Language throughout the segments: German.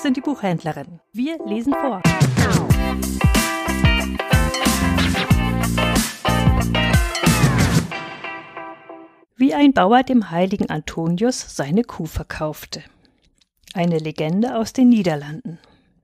sind die Buchhändlerinnen. Wir lesen vor. Wie ein Bauer dem heiligen Antonius seine Kuh verkaufte. Eine Legende aus den Niederlanden.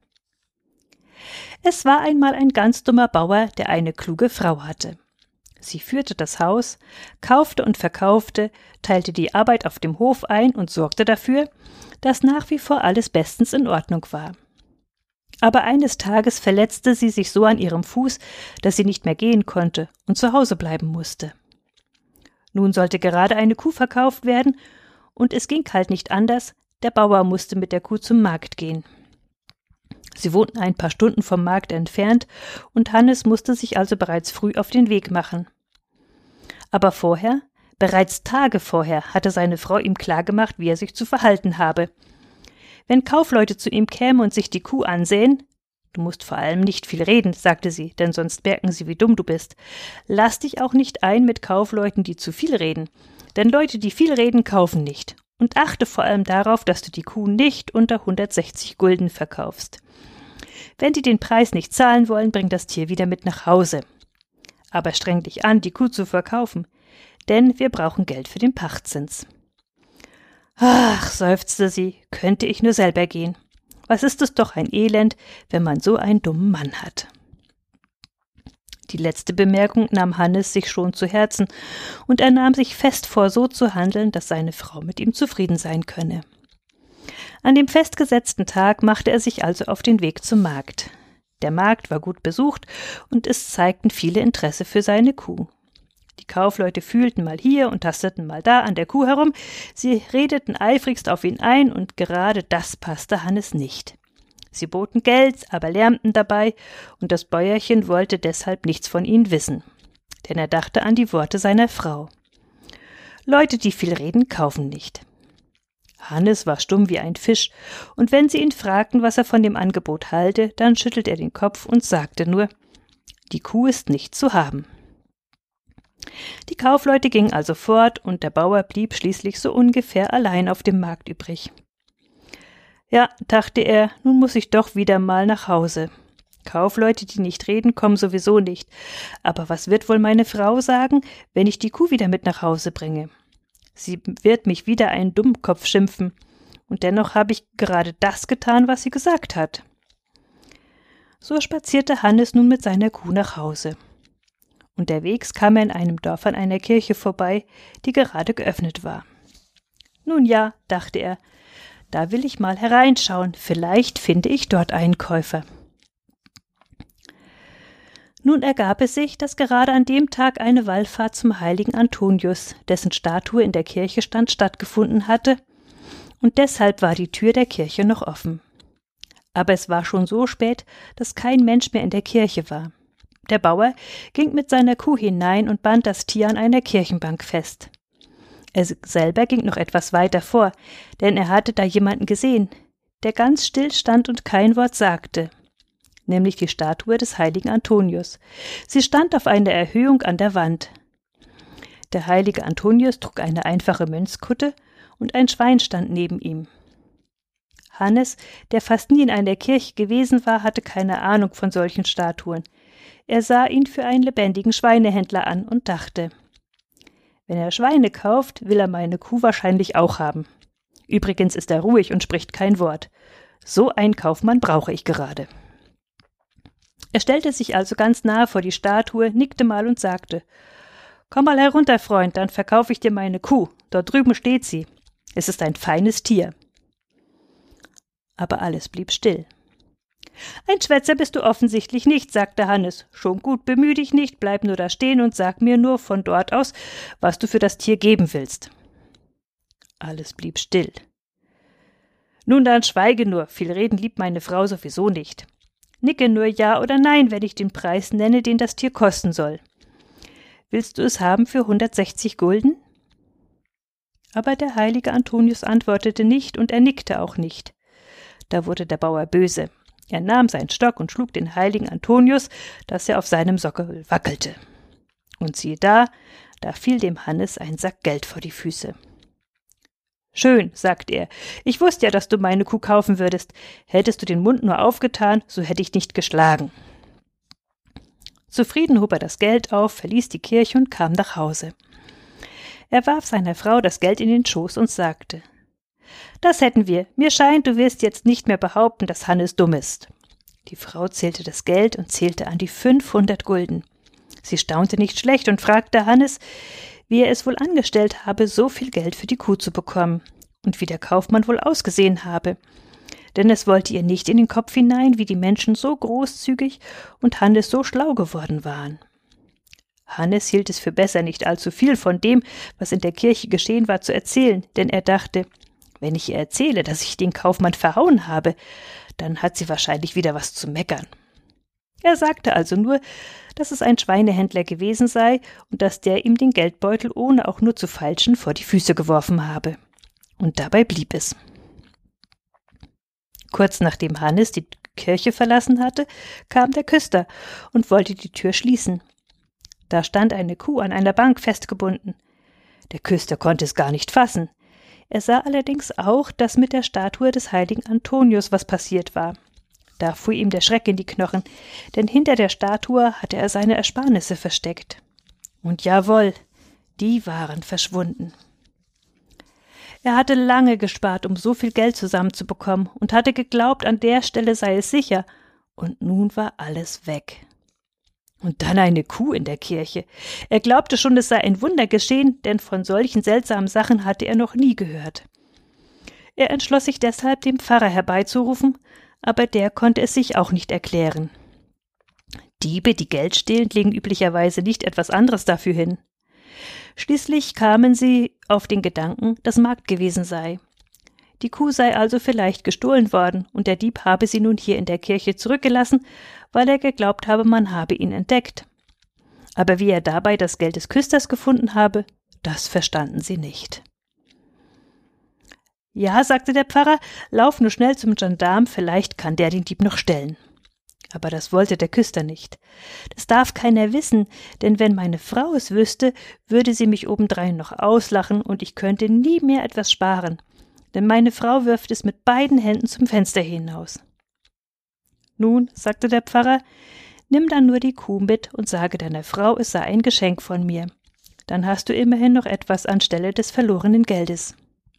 Es war einmal ein ganz dummer Bauer, der eine kluge Frau hatte. Sie führte das Haus, kaufte und verkaufte, teilte die Arbeit auf dem Hof ein und sorgte dafür, dass nach wie vor alles bestens in Ordnung war. Aber eines Tages verletzte sie sich so an ihrem Fuß, dass sie nicht mehr gehen konnte und zu Hause bleiben musste. Nun sollte gerade eine Kuh verkauft werden, und es ging halt nicht anders, der Bauer musste mit der Kuh zum Markt gehen. Sie wohnten ein paar Stunden vom Markt entfernt, und Hannes musste sich also bereits früh auf den Weg machen. Aber bereits Tage vorher, hatte seine Frau ihm klargemacht, wie er sich zu verhalten habe. Wenn Kaufleute zu ihm kämen und sich die Kuh ansehen, »Du musst vor allem nicht viel reden«, sagte sie, denn sonst merken sie, wie dumm du bist. »Lass dich auch nicht ein mit Kaufleuten, die zu viel reden, denn Leute, die viel reden, kaufen nicht. Und achte vor allem darauf, dass du die Kuh nicht unter 160 Gulden verkaufst. Wenn die den Preis nicht zahlen wollen, bring das Tier wieder mit nach Hause. Aber streng dich an, die Kuh zu verkaufen, denn wir brauchen Geld für den Pachtzins.« »Ach«, seufzte sie, »könnte ich nur selber gehen. Was ist es doch ein Elend, wenn man so einen dummen Mann hat.« Die letzte Bemerkung nahm Hannes sich schon zu Herzen, und er nahm sich fest vor, so zu handeln, dass seine Frau mit ihm zufrieden sein könne. An dem festgesetzten Tag machte er sich also auf den Weg zum Markt. Der Markt war gut besucht, und es zeigten viele Interesse für seine Kuh. Die Kaufleute fühlten mal hier und tasteten mal da an der Kuh herum, sie redeten eifrigst auf ihn ein, und gerade das passte Hannes nicht. Sie boten Geld, aber lärmten dabei, und das Bäuerchen wollte deshalb nichts von ihnen wissen, denn er dachte an die Worte seiner Frau. Leute, die viel reden, kaufen nicht. Hannes war stumm wie ein Fisch, und wenn sie ihn fragten, was er von dem Angebot halte, dann schüttelte er den Kopf und sagte nur, die Kuh ist nicht zu haben. Die Kaufleute gingen also fort, und der Bauer blieb schließlich so ungefähr allein auf dem Markt übrig. Ja, dachte er, nun muss ich doch wieder mal nach Hause. Kaufleute, die nicht reden, kommen sowieso nicht. Aber was wird wohl meine Frau sagen, wenn ich die Kuh wieder mit nach Hause bringe? Sie wird mich wieder einen Dummkopf schimpfen. Und dennoch habe ich gerade das getan, was sie gesagt hat. So spazierte Hannes nun mit seiner Kuh nach Hause. Unterwegs kam er in einem Dorf an einer Kirche vorbei, die gerade geöffnet war. Nun ja, dachte er, da will ich mal hereinschauen, vielleicht finde ich dort einen Käufer. Nun ergab es sich, dass gerade an dem Tag eine Wallfahrt zum heiligen Antonius, dessen Statue in der Kirche stand, stattgefunden hatte, und deshalb war die Tür der Kirche noch offen. Aber es war schon so spät, dass kein Mensch mehr in der Kirche war. Der Bauer ging mit seiner Kuh hinein und band das Tier an einer Kirchenbank fest. Er selber ging noch etwas weiter vor, denn er hatte da jemanden gesehen, der ganz still stand und kein Wort sagte, nämlich die Statue des heiligen Antonius. Sie stand auf einer Erhöhung an der Wand. Der heilige Antonius trug eine einfache Mönchskutte, und ein Schwein stand neben ihm. Hannes, der fast nie in einer Kirche gewesen war, hatte keine Ahnung von solchen Statuen. Er sah ihn für einen lebendigen Schweinehändler an und dachte, wenn er Schweine kauft, will er meine Kuh wahrscheinlich auch haben. Übrigens ist er ruhig und spricht kein Wort. So einen Kaufmann brauche ich gerade. Er stellte sich also ganz nahe vor die Statue, nickte mal und sagte, »Komm mal herunter, Freund, dann verkaufe ich dir meine Kuh. Dort drüben steht sie. Es ist ein feines Tier.« Aber alles blieb still. »Ein Schwätzer bist du offensichtlich nicht«, sagte Hannes. »Schon gut, bemühe dich nicht, bleib nur da stehen und sag mir nur von dort aus, was du für das Tier geben willst.« Alles blieb still. »Nun dann schweige nur, viel reden liebt meine Frau sowieso nicht. Nicke nur ja oder nein, wenn ich den Preis nenne, den das Tier kosten soll. Willst du es haben für 160 Gulden?« Aber der heilige Antonius antwortete nicht, und er nickte auch nicht. Da wurde der Bauer böse. Er nahm seinen Stock und schlug den heiligen Antonius, dass er auf seinem Sockel wackelte. Und siehe da fiel dem Hannes ein Sack Geld vor die Füße. »Schön«, sagt er, »ich wusste ja, dass du meine Kuh kaufen würdest. Hättest du den Mund nur aufgetan, so hätte ich nicht geschlagen.« Zufrieden hob er das Geld auf, verließ die Kirche und kam nach Hause. Er warf seiner Frau das Geld in den Schoß und sagte: »Das hätten wir. Mir scheint, du wirst jetzt nicht mehr behaupten, dass Hannes dumm ist.« Die Frau zählte das Geld und zählte an die 500 Gulden. Sie staunte nicht schlecht und fragte Hannes, wie er es wohl angestellt habe, so viel Geld für die Kuh zu bekommen und wie der Kaufmann wohl ausgesehen habe. Denn es wollte ihr nicht in den Kopf hinein, wie die Menschen so großzügig und Hannes so schlau geworden waren. Hannes hielt es für besser, nicht allzu viel von dem, was in der Kirche geschehen war, zu erzählen, denn er dachte, wenn ich ihr erzähle, dass ich den Kaufmann verhauen habe, dann hat sie wahrscheinlich wieder was zu meckern. Er sagte also nur, dass es ein Schweinehändler gewesen sei und dass der ihm den Geldbeutel ohne auch nur zu feilschen vor die Füße geworfen habe. Und dabei blieb es. Kurz nachdem Hannes die Kirche verlassen hatte, kam der Küster und wollte die Tür schließen. Da stand eine Kuh an einer Bank festgebunden. Der Küster konnte es gar nicht fassen. Er sah allerdings auch, dass mit der Statue des heiligen Antonius was passiert war. Da fuhr ihm der Schreck in die Knochen, denn hinter der Statue hatte er seine Ersparnisse versteckt. Und jawohl, die waren verschwunden. Er hatte lange gespart, um so viel Geld zusammenzubekommen und hatte geglaubt, an der Stelle sei es sicher. Und nun war alles weg. Und dann eine Kuh in der Kirche. Er glaubte schon, es sei ein Wunder geschehen, denn von solchen seltsamen Sachen hatte er noch nie gehört. Er entschloss sich deshalb, den Pfarrer herbeizurufen, aber der konnte es sich auch nicht erklären. Diebe, die Geld stehlen, legen üblicherweise nicht etwas anderes dafür hin. Schließlich kamen sie auf den Gedanken, dass Magd gewesen sei. Die Kuh sei also vielleicht gestohlen worden und der Dieb habe sie nun hier in der Kirche zurückgelassen, weil er geglaubt habe, man habe ihn entdeckt. Aber wie er dabei das Geld des Küsters gefunden habe, das verstanden sie nicht. »Ja«, sagte der Pfarrer, »lauf nur schnell zum Gendarm, vielleicht kann der den Dieb noch stellen.« Aber das wollte der Küster nicht. »Das darf keiner wissen, denn wenn meine Frau es wüsste, würde sie mich obendrein noch auslachen und ich könnte nie mehr etwas sparen. Denn meine Frau wirft es mit beiden Händen zum Fenster hinaus.« »Nun«, sagte der Pfarrer, »nimm dann nur die Kuh mit und sage deiner Frau, es sei ein Geschenk von mir. Dann hast du immerhin noch etwas anstelle des verlorenen Geldes.«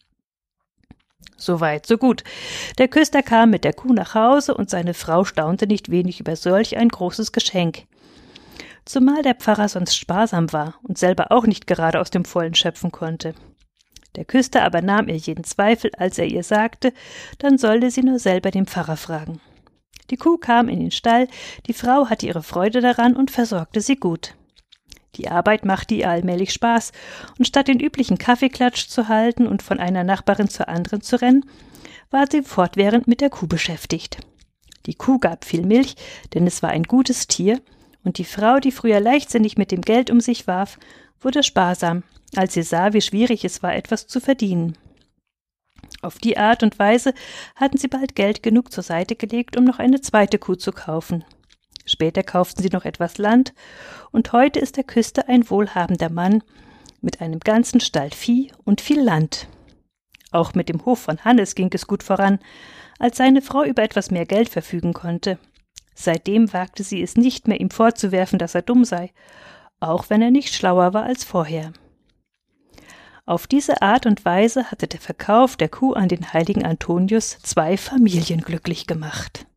So weit, so gut. Der Küster kam mit der Kuh nach Hause und seine Frau staunte nicht wenig über solch ein großes Geschenk. Zumal der Pfarrer sonst sparsam war und selber auch nicht gerade aus dem Vollen schöpfen konnte. Der Küster aber nahm ihr jeden Zweifel, als er ihr sagte, dann sollte sie nur selber den Pfarrer fragen. Die Kuh kam in den Stall, die Frau hatte ihre Freude daran und versorgte sie gut. Die Arbeit machte ihr allmählich Spaß, und statt den üblichen Kaffeeklatsch zu halten und von einer Nachbarin zur anderen zu rennen, war sie fortwährend mit der Kuh beschäftigt. Die Kuh gab viel Milch, denn es war ein gutes Tier, und die Frau, die früher leichtsinnig mit dem Geld um sich warf, wurde sparsam, als sie sah, wie schwierig es war, etwas zu verdienen. Auf die Art und Weise hatten sie bald Geld genug zur Seite gelegt, um noch eine zweite Kuh zu kaufen. Später kauften sie noch etwas Land, und heute ist der Küster ein wohlhabender Mann mit einem ganzen Stall Vieh und viel Land. Auch mit dem Hof von Hannes ging es gut voran, als seine Frau über etwas mehr Geld verfügen konnte. Seitdem wagte sie es nicht mehr, ihm vorzuwerfen, dass er dumm sei, auch wenn er nicht schlauer war als vorher. Auf diese Art und Weise hatte der Verkauf der Kuh an den heiligen Antonius 2 Familien glücklich gemacht.